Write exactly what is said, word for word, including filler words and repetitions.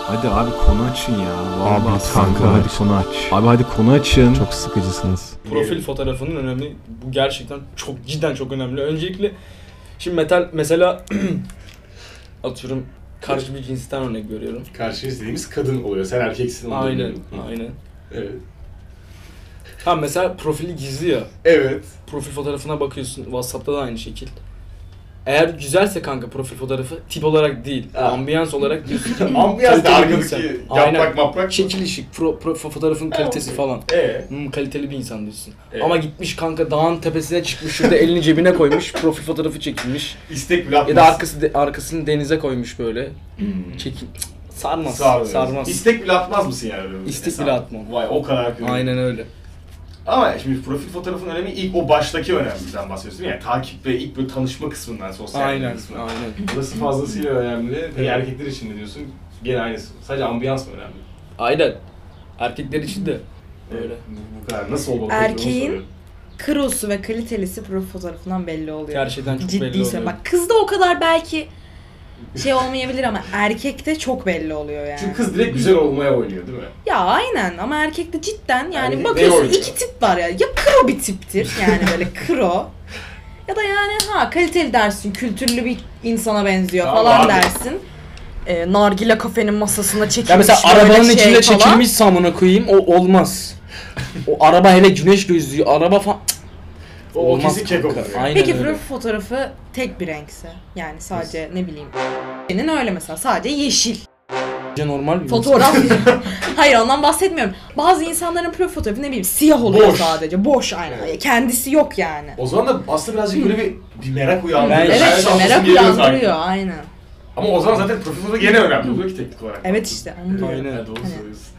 Hadi abi konu açın ya. Vallahi Abi lütfen kanka konu hadi aç. konu aç. Abi hadi konu açın. Çok sıkıcısınız. Profil fotoğrafının önemi bu gerçekten çok cidden çok önemli. Öncelikle şimdi metal mesela atıyorum karşı bir cinsten örnek veriyorum. Karşımız dediğimiz kadın oluyor. Sen erkeksin. Aynen, diyorum. aynen. Evet. Ha mesela profili gizli ya. Evet. Profil fotoğrafına bakıyorsun. WhatsApp'ta da aynı şekil. Eğer güzelse kanka profil fotoğrafı tip olarak değil, Ha. ambiyans olarak diyorsun ki Ambiyans da kaliteli bir insan. arkadaki Aynen. yaprak maprak. Çekilişi, pro, pro, fotoğrafın kalitesi falan. Ee? Hmm, kaliteli bir insan diyorsun. Evet. Ama gitmiş kanka dağın tepesine çıkmış şurada elini cebine koymuş, profil fotoğrafı çekilmiş. İstek bile atmaz. Ya da arkası de, arkasını denize koymuş böyle. Çekil. Sarmaz. Sarmıyor. Sarmaz. İstek bile atmaz mısın yani? öyle İstek hesaba? bile atmam. Vay o kadar kötü. Aynen öyle. Ama şimdi profil fotoğrafın önemi ilk o baştaki önemliden bahsediyorsun. Yani takip ve ilk böyle tanışma kısmından, sosyal medya Aynen. kısmından. Aynen. Burası fazlasıyla önemli. Peki erkekler için ne diyorsun? Gene aynısı. Sadece ambiyans mı önemli? Aynen. Erkekler için de öyle. Bu, bu kadar. Nasıl olmalı? Erkeğin Krosu ve kalitelisi profil fotoğrafından belli oluyor. Gerçekten çok Ciddi belli oluyor. söylüyorum. Bak kızda o kadar belki şey olmayabilir ama erkekte çok belli oluyor yani. Çünkü kız direkt güzel olmaya oynuyor değil mi? Ya aynen ama erkekte cidden yani, Yani ne bakıyorsun oynuyor? iki tip var ya. Ya kro bir tiptir yani böyle kro. Ya da yani ha kaliteli dersin, kültürlü bir insana benziyor Tamam falan abi. dersin. Ee, nargile kafenin masasına çekilmiş Ya mesela böyle arabanın şey içinde falan. çekilmiş samına koyayım o olmaz. O araba hele güneş gözlüğü araba falan O, o olmaz kesin keko. kanka. Yani. Aynen Peki öyle. profil fotoğrafı tek bir renkse yani sadece ne bileyim. Senin öyle mesela sadece yeşil. Normal bir Fotoğraf hayır ondan bahsetmiyorum. Bazı insanların profil fotoğrafı ne bileyim siyah oluyor Boş. sadece. Boş aynen. Evet. Kendisi yok yani. O zaman da aslında birazcık böyle bir, bir merak uyandırıyor. Ben- Evet Her işte şey merak geliyor sanki. uyandırıyor aynen. Ama o zaman zaten profil fotoğrafı gene önemli oluyor ki teknik olarak. Evet işte onu diyorum. Aynen. Evet, doğru Hani. söylüyorsun.